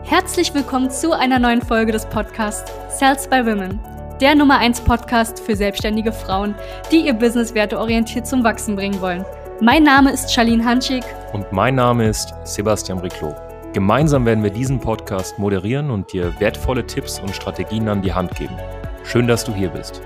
Herzlich willkommen zu einer neuen Folge des Podcasts Sales by Women, der Nummer 1 Podcast für selbstständige Frauen, die ihr Business werteorientiert zum Wachsen bringen wollen. Mein Name ist Charlene Hanschig. Und mein Name ist Sebastian Briclot. Gemeinsam werden wir diesen Podcast moderieren und dir wertvolle Tipps und Strategien an die Hand geben. Schön, dass du hier bist.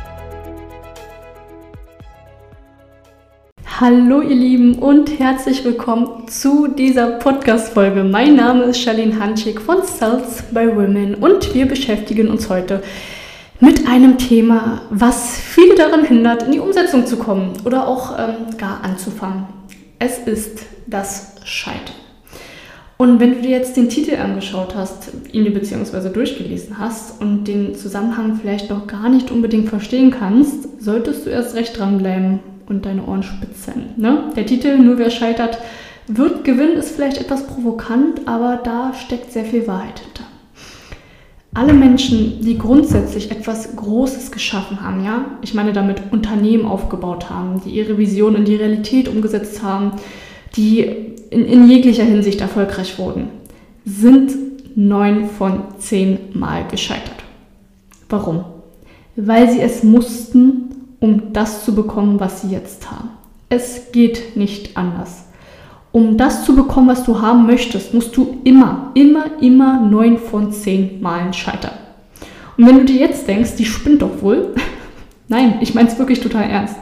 Hallo ihr Lieben und herzlich willkommen zu dieser Podcast-Folge. Mein Name ist Charlene Hanschig von Sales by Women und wir beschäftigen uns heute mit einem Thema, was viele daran hindert, in die Umsetzung zu kommen oder auch gar anzufangen. Es ist das Scheitern. Und wenn du dir jetzt den Titel angeschaut hast, ihn dir beziehungsweise durchgelesen hast und den Zusammenhang vielleicht noch gar nicht unbedingt verstehen kannst, solltest du erst recht dranbleiben und deine Ohren spitzen. Ne? Der Titel "Nur wer scheitert, wird gewinnen" ist vielleicht etwas provokant, aber da steckt sehr viel Wahrheit hinter. Alle Menschen, die grundsätzlich etwas Großes geschaffen haben, ja, ich meine damit Unternehmen aufgebaut haben, die ihre Vision in die Realität umgesetzt haben, die in jeglicher Hinsicht erfolgreich wurden, sind 9 von 10 Mal gescheitert. Warum? Weil sie es mussten, um das zu bekommen, was sie jetzt haben. Es geht nicht anders. Um das zu bekommen, was du haben möchtest, musst du immer 9 von 10 Malen scheitern. Und wenn du dir jetzt denkst, die spinnt doch wohl, nein, ich meine es wirklich total ernst.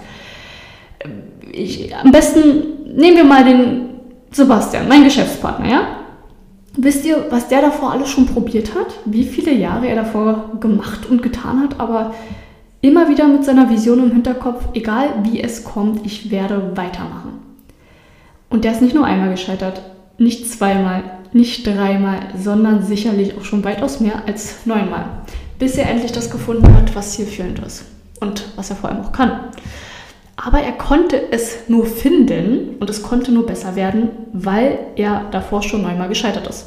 Am besten nehmen wir mal den Sebastian, mein Geschäftspartner, ja? Wisst ihr, was der davor alles schon probiert hat? Wie viele Jahre er davor gemacht und getan hat, aber immer wieder mit seiner Vision im Hinterkopf, egal wie es kommt, ich werde weitermachen. Und der ist nicht nur einmal gescheitert, nicht zweimal, nicht dreimal, sondern sicherlich auch schon weitaus mehr als 9-mal, bis er endlich das gefunden hat, was zielführend ist und was er vor allem auch kann. Aber er konnte es nur finden und es konnte nur besser werden, weil er davor schon 9-mal gescheitert ist.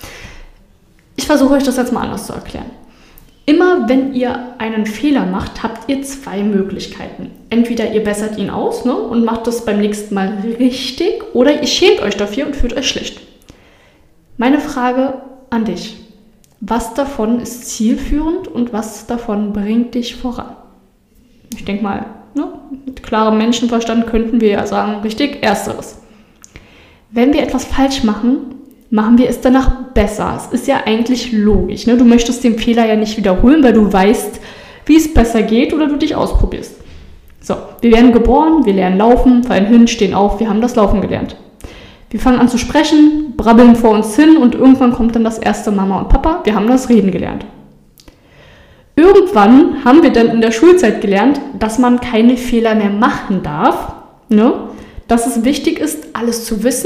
Ich versuche euch das jetzt mal anders zu erklären. Immer wenn ihr einen Fehler macht, habt ihr 2 Möglichkeiten. Entweder ihr bessert ihn aus, ne, und macht das beim nächsten Mal richtig, oder ihr schämt euch dafür und fühlt euch schlecht. Meine Frage an dich: Was davon ist zielführend und was davon bringt dich voran? Ich denke mal, ne, mit klarem Menschenverstand könnten wir ja sagen, richtig, ersteres. Wenn wir etwas falsch machen, machen wir es danach besser. Es ist ja eigentlich logisch. Ne? Du möchtest den Fehler ja nicht wiederholen, weil du weißt, wie es besser geht oder du dich ausprobierst. So, wir werden geboren, wir lernen laufen, fallen hin, stehen auf, wir haben das Laufen gelernt. Wir fangen an zu sprechen, brabbeln vor uns hin und irgendwann kommt dann das erste Mama und Papa, wir haben das Reden gelernt. Irgendwann haben wir dann in der Schulzeit gelernt, dass man keine Fehler mehr machen darf, ne? Dass es wichtig ist, alles zu wissen.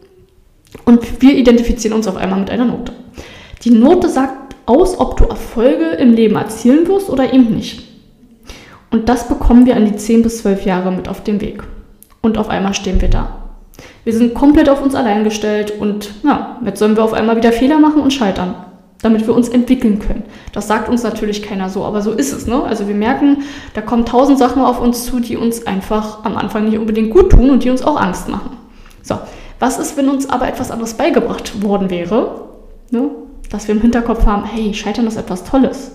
Und wir identifizieren uns auf einmal mit einer Note. Die Note sagt aus, ob du Erfolge im Leben erzielen wirst oder eben nicht. Und das bekommen wir an die 10 bis 12 Jahre mit auf den Weg. Und auf einmal stehen wir da. Wir sind komplett auf uns allein gestellt und ja, jetzt sollen wir auf einmal wieder Fehler machen und scheitern, damit wir uns entwickeln können. Das sagt uns natürlich keiner so, aber so ist es, ne? Also wir merken, da kommen 1000 Sachen auf uns zu, die uns einfach am Anfang nicht unbedingt gut tun und die uns auch Angst machen. So. Was ist, wenn uns aber etwas anderes beigebracht worden wäre, ne? Dass wir im Hinterkopf haben, hey, Scheitern ist etwas Tolles.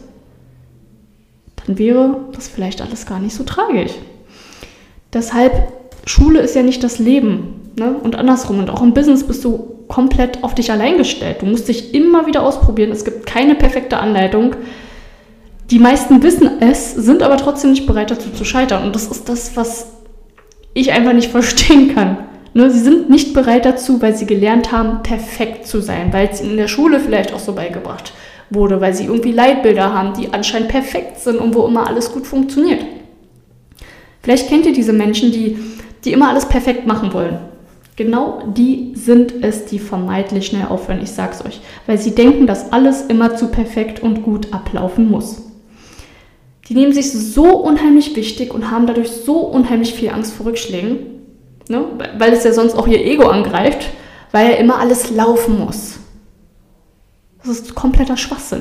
Dann wäre das vielleicht alles gar nicht so tragisch. Deshalb, Schule ist ja nicht das Leben, ne? Und andersrum. Und auch im Business bist du komplett auf dich allein gestellt. Du musst dich immer wieder ausprobieren. Es gibt keine perfekte Anleitung. Die meisten wissen es, sind aber trotzdem nicht bereit dazu zu scheitern. Und das ist das, was ich einfach nicht verstehen kann. Nur sie sind nicht bereit dazu, weil sie gelernt haben, perfekt zu sein, weil es ihnen in der Schule vielleicht auch so beigebracht wurde, weil sie irgendwie Leitbilder haben, die anscheinend perfekt sind und wo immer alles gut funktioniert. Vielleicht kennt ihr diese Menschen, die immer alles perfekt machen wollen. Genau die sind es, die vermeintlich schnell aufhören, ich sag's euch, weil sie denken, dass alles immer zu perfekt und gut ablaufen muss. Die nehmen sich so unheimlich wichtig und haben dadurch so unheimlich viel Angst vor Rückschlägen, ne? Weil es ja sonst auch ihr Ego angreift, weil ja immer alles laufen muss. Das ist kompletter Schwachsinn.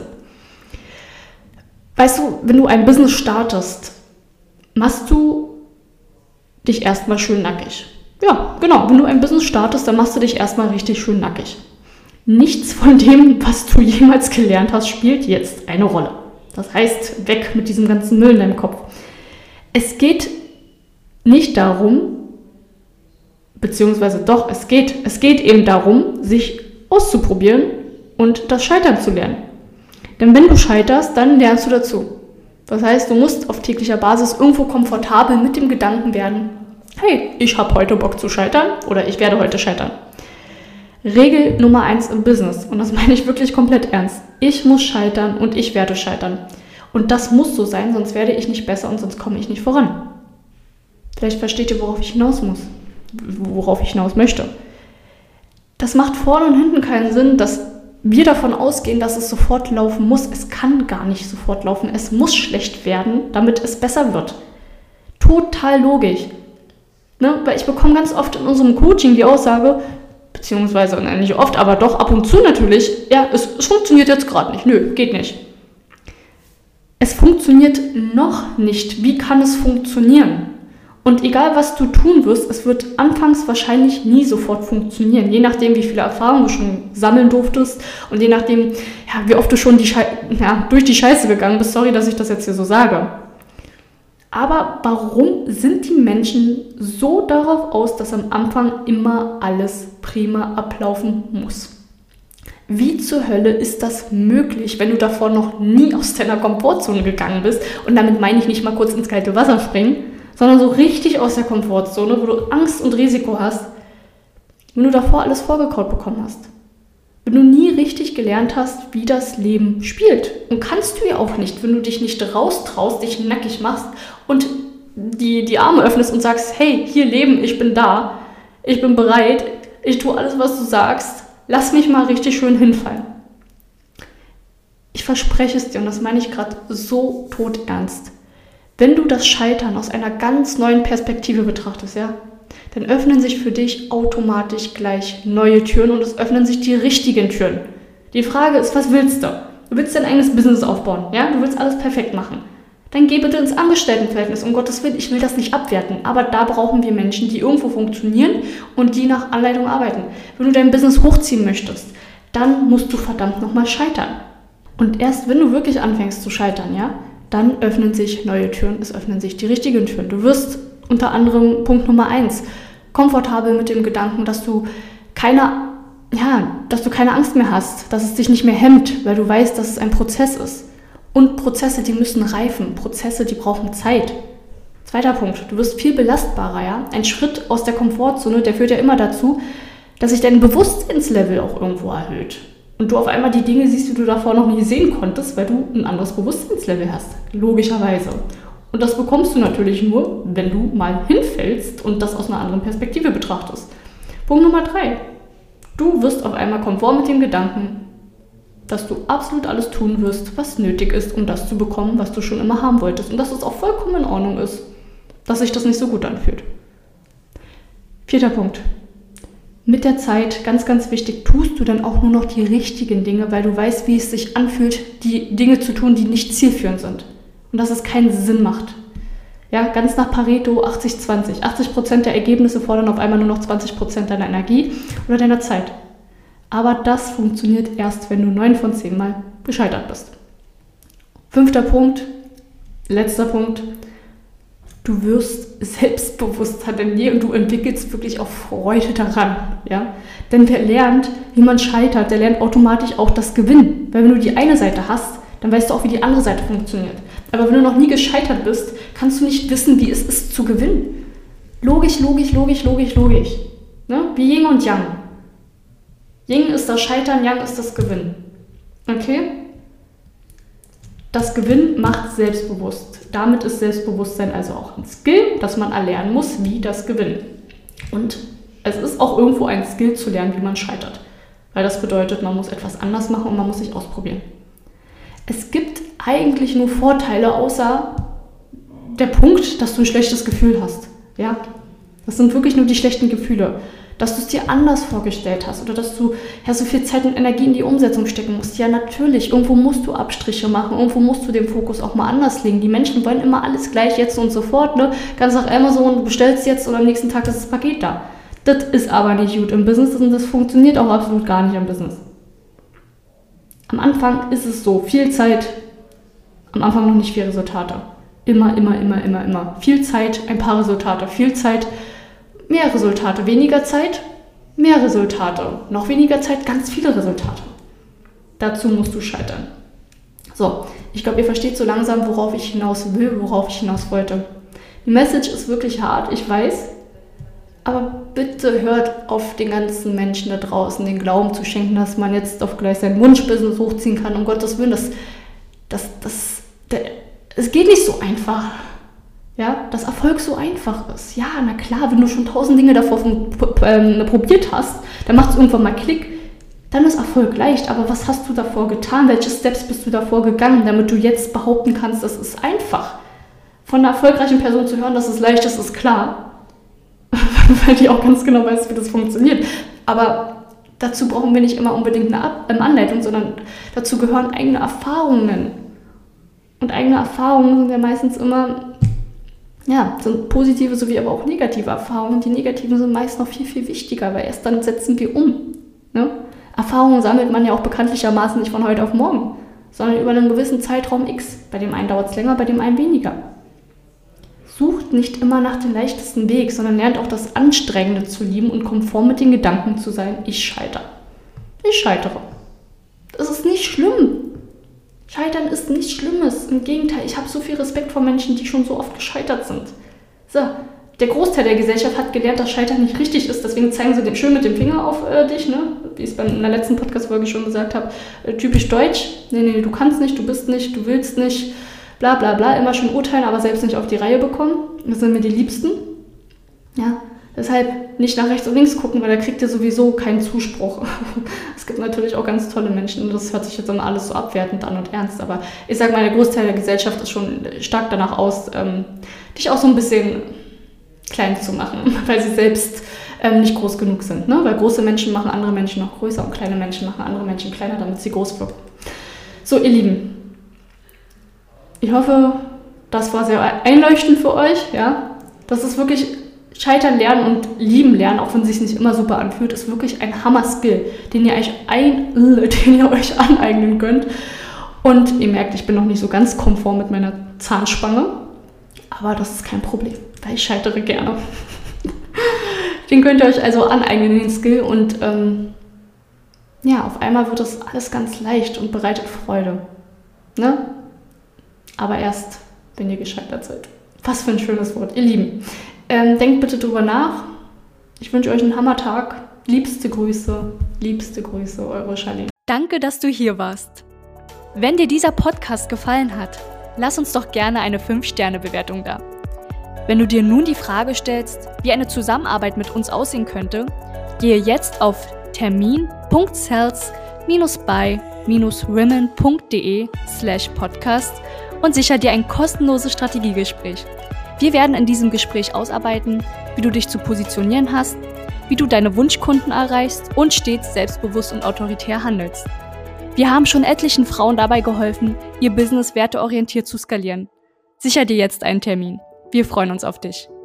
Weißt du, wenn du ein Business startest, machst du dich erstmal schön nackig. Ja, genau, wenn du ein Business startest, dann machst du dich erstmal richtig schön nackig. Nichts von dem, was du jemals gelernt hast, spielt jetzt eine Rolle. Das heißt, weg mit diesem ganzen Müll in deinem Kopf. Es geht nicht darum, beziehungsweise doch, es geht eben darum, sich auszuprobieren und das Scheitern zu lernen. Denn wenn du scheiterst, dann lernst du dazu. Das heißt, du musst auf täglicher Basis irgendwo komfortabel mit dem Gedanken werden, hey, ich habe heute Bock zu scheitern oder ich werde heute scheitern. Regel Nummer 1 im Business, und das meine ich wirklich komplett ernst. Ich muss scheitern und ich werde scheitern. Und das muss so sein, sonst werde ich nicht besser und sonst komme ich nicht voran. Vielleicht versteht ihr, worauf ich hinaus möchte. Das macht vorne und hinten keinen Sinn, dass wir davon ausgehen, dass es sofort laufen muss. Es kann gar nicht sofort laufen. Es muss schlecht werden, damit es besser wird. Total logisch. Ne? Weil ich bekomme ganz oft in unserem Coaching die Aussage, beziehungsweise nicht oft, aber doch ab und zu natürlich, ja, es funktioniert jetzt gerade nicht. Nö, geht nicht. Es funktioniert noch nicht. Wie kann es funktionieren? Und egal, was du tun wirst, es wird anfangs wahrscheinlich nie sofort funktionieren. Je nachdem, wie viele Erfahrungen du schon sammeln durftest und je nachdem, ja, wie oft du schon durch die Scheiße gegangen bist. Sorry, dass ich das jetzt hier so sage. Aber warum sind die Menschen so darauf aus, dass am Anfang immer alles prima ablaufen muss? Wie zur Hölle ist das möglich, wenn du davor noch nie aus deiner Komfortzone gegangen bist? Und damit meine ich nicht mal kurz ins kalte Wasser springen, sondern so richtig aus der Komfortzone, wo du Angst und Risiko hast, wenn du davor alles vorgekaut bekommen hast. Wenn du nie richtig gelernt hast, wie das Leben spielt. Und kannst du ja auch nicht, wenn du dich nicht raustraust, dich nackig machst und die Arme öffnest und sagst, hey, hier Leben, ich bin da, ich bin bereit, ich tue alles, was du sagst, lass mich mal richtig schön hinfallen. Ich verspreche es dir, und das meine ich gerade so todernst. Wenn du das Scheitern aus einer ganz neuen Perspektive betrachtest, ja, dann öffnen sich für dich automatisch gleich neue Türen und es öffnen sich die richtigen Türen. Die Frage ist, was willst du? Du willst dein eigenes Business aufbauen, ja? Du willst alles perfekt machen. Dann geh bitte ins Angestelltenverhältnis, um Gottes Willen, ich will das nicht abwerten, aber da brauchen wir Menschen, die irgendwo funktionieren und die nach Anleitung arbeiten. Wenn du dein Business hochziehen möchtest, dann musst du verdammt nochmal scheitern. Und erst wenn du wirklich anfängst zu scheitern, ja, dann öffnen sich neue Türen, es öffnen sich die richtigen Türen. Du wirst unter anderem, Punkt Nummer 1, komfortabel mit dem Gedanken, dass du keine Angst mehr hast, dass es dich nicht mehr hemmt, weil du weißt, dass es ein Prozess ist. Und Prozesse, die müssen reifen. Prozesse, die brauchen Zeit. Zweiter Punkt, du wirst viel belastbarer, ja. Ein Schritt aus der Komfortzone, der führt ja immer dazu, dass sich dein Bewusstseinslevel auch irgendwo erhöht. Und du auf einmal die Dinge siehst, die du davor noch nie sehen konntest, weil du ein anderes Bewusstseinslevel hast. Logischerweise. Und das bekommst du natürlich nur, wenn du mal hinfällst und das aus einer anderen Perspektive betrachtest. Punkt Nummer 3. Du wirst auf einmal konform mit dem Gedanken, dass du absolut alles tun wirst, was nötig ist, um das zu bekommen, was du schon immer haben wolltest. Und dass es auch vollkommen in Ordnung ist, dass sich das nicht so gut anfühlt. 4. Punkt. Mit der Zeit, ganz, ganz wichtig, tust du dann auch nur noch die richtigen Dinge, weil du weißt, wie es sich anfühlt, die Dinge zu tun, die nicht zielführend sind. Und dass es keinen Sinn macht. Ja, ganz nach Pareto 80-20. 80% der Ergebnisse fordern auf einmal nur noch 20% deiner Energie oder deiner Zeit. Aber das funktioniert erst, wenn du 9 von 10 Mal gescheitert bist. 5. Punkt, letzter Punkt. Du wirst selbstbewusster denn je und du entwickelst wirklich auch Freude daran. Ja? Denn wer lernt, wie man scheitert, der lernt automatisch auch das Gewinnen. Weil wenn du die eine Seite hast, dann weißt du auch, wie die andere Seite funktioniert. Aber wenn du noch nie gescheitert bist, kannst du nicht wissen, wie es ist zu gewinnen. Logisch. Ne? Wie Yin und Yang. Yin ist das Scheitern, Yang ist das Gewinnen. Okay? Das Gewinnen macht selbstbewusst. Damit ist Selbstbewusstsein also auch ein Skill, das man erlernen muss, wie das Gewinnen. Und es ist auch irgendwo ein Skill zu lernen, wie man scheitert. Weil das bedeutet, man muss etwas anders machen und man muss sich ausprobieren. Es gibt eigentlich nur Vorteile, außer der Punkt, dass du ein schlechtes Gefühl hast. Ja? Das sind wirklich nur die schlechten Gefühle. Dass du es dir anders vorgestellt hast oder dass du so viel Zeit und Energie in die Umsetzung stecken musst. Ja, natürlich, irgendwo musst du Abstriche machen, irgendwo musst du den Fokus auch mal anders legen. Die Menschen wollen immer alles gleich, jetzt und sofort. Ne? Ganz nach Amazon, du bestellst jetzt und am nächsten Tag ist das Paket da. Das ist aber nicht gut im Business und das funktioniert auch absolut gar nicht im Business. Am Anfang ist es so, viel Zeit, am Anfang noch nicht viel Resultate. Immer. Viel Zeit, ein paar Resultate. Viel Zeit, mehr Resultate. Weniger Zeit, mehr Resultate. Noch weniger Zeit, ganz viele Resultate. Dazu musst du scheitern. So, ich glaube, ihr versteht so langsam, worauf ich hinaus will, worauf ich hinaus wollte. Die Message ist wirklich hart, ich weiß. Aber bitte hört auf den ganzen Menschen da draußen den Glauben zu schenken, dass man jetzt auf gleich sein Wunschbusiness hochziehen kann. Um Gottes Willen, es geht nicht so einfach. Ja, dass Erfolg so einfach ist. Ja, na klar, wenn du schon 1000 Dinge davor probiert hast, dann macht es irgendwann mal Klick. Dann ist Erfolg leicht. Aber was hast du davor getan? Welche Steps bist du davor gegangen, damit du jetzt behaupten kannst, das ist einfach? Von einer erfolgreichen Person zu hören, dass es leicht ist, ist klar. Weil die auch ganz genau weiß, wie das funktioniert. Aber dazu brauchen wir nicht immer unbedingt eine Anleitung, sondern dazu gehören eigene Erfahrungen. Und eigene Erfahrungen sind ja meistens immer, ja, sind positive sowie aber auch negative Erfahrungen. Die negativen sind meist noch viel, viel wichtiger, weil erst dann setzen wir um. Ne? Erfahrungen sammelt man ja auch bekanntlichermaßen nicht von heute auf morgen, sondern über einen gewissen Zeitraum X. Bei dem einen dauert es länger, bei dem einen weniger. Sucht nicht immer nach dem leichtesten Weg, sondern lernt auch das Anstrengende zu lieben und konform mit den Gedanken zu sein, ich scheitere. Ich scheitere. Das ist nicht schlimm. Scheitern ist nichts Schlimmes. Im Gegenteil, ich habe so viel Respekt vor Menschen, die schon so oft gescheitert sind. So, der Großteil der Gesellschaft hat gelernt, dass Scheitern nicht richtig ist. Deswegen zeigen sie den schön mit dem Finger auf dich, ne? Wie ich es in der letzten Podcast-Folge schon gesagt habe. Typisch deutsch. Nee, du kannst nicht, du bist nicht, du willst nicht. Bla bla bla, immer schön urteilen, aber selbst nicht auf die Reihe bekommen. Das sind mir die Liebsten. Ja, deshalb nicht nach rechts und links gucken, weil da kriegt ihr sowieso keinen Zuspruch. Es gibt natürlich auch ganz tolle Menschen und das hört sich jetzt immer alles so abwertend an und ernst, aber ich sage mal, der Großteil der Gesellschaft ist schon stark danach aus, dich auch so ein bisschen klein zu machen, weil sie selbst nicht groß genug sind. Ne? Weil große Menschen machen andere Menschen noch größer und kleine Menschen machen andere Menschen kleiner, damit sie groß wirken. So, ihr Lieben. Ich hoffe, das war sehr einleuchtend für euch. Ja? Das ist wirklich Scheitern lernen und lieben lernen, auch wenn es sich nicht immer super anfühlt, ist wirklich ein Hammer-Skill, den ihr euch aneignen könnt. Und ihr merkt, ich bin noch nicht so ganz konform mit meiner Zahnspange, aber das ist kein Problem, weil ich scheitere gerne. Den könnt ihr euch also aneignen, den Skill. Und ja, auf einmal wird das alles ganz leicht und bereitet Freude. Ne? Aber erst, wenn ihr gescheitert seid. Was für ein schönes Wort, ihr Lieben. Denkt bitte drüber nach. Ich wünsche euch einen Hammertag. Liebste Grüße, eure Charlene. Danke, dass du hier warst. Wenn dir dieser Podcast gefallen hat, lass uns doch gerne eine 5-Sterne-Bewertung da. Wenn du dir nun die Frage stellst, wie eine Zusammenarbeit mit uns aussehen könnte, gehe jetzt auf termin.sales-by-women.de/podcast und sicher dir ein kostenloses Strategiegespräch. Wir werden in diesem Gespräch ausarbeiten, wie du dich zu positionieren hast, wie du deine Wunschkunden erreichst und stets selbstbewusst und autoritär handelst. Wir haben schon etlichen Frauen dabei geholfen, ihr Business werteorientiert zu skalieren. Sicher dir jetzt einen Termin. Wir freuen uns auf dich.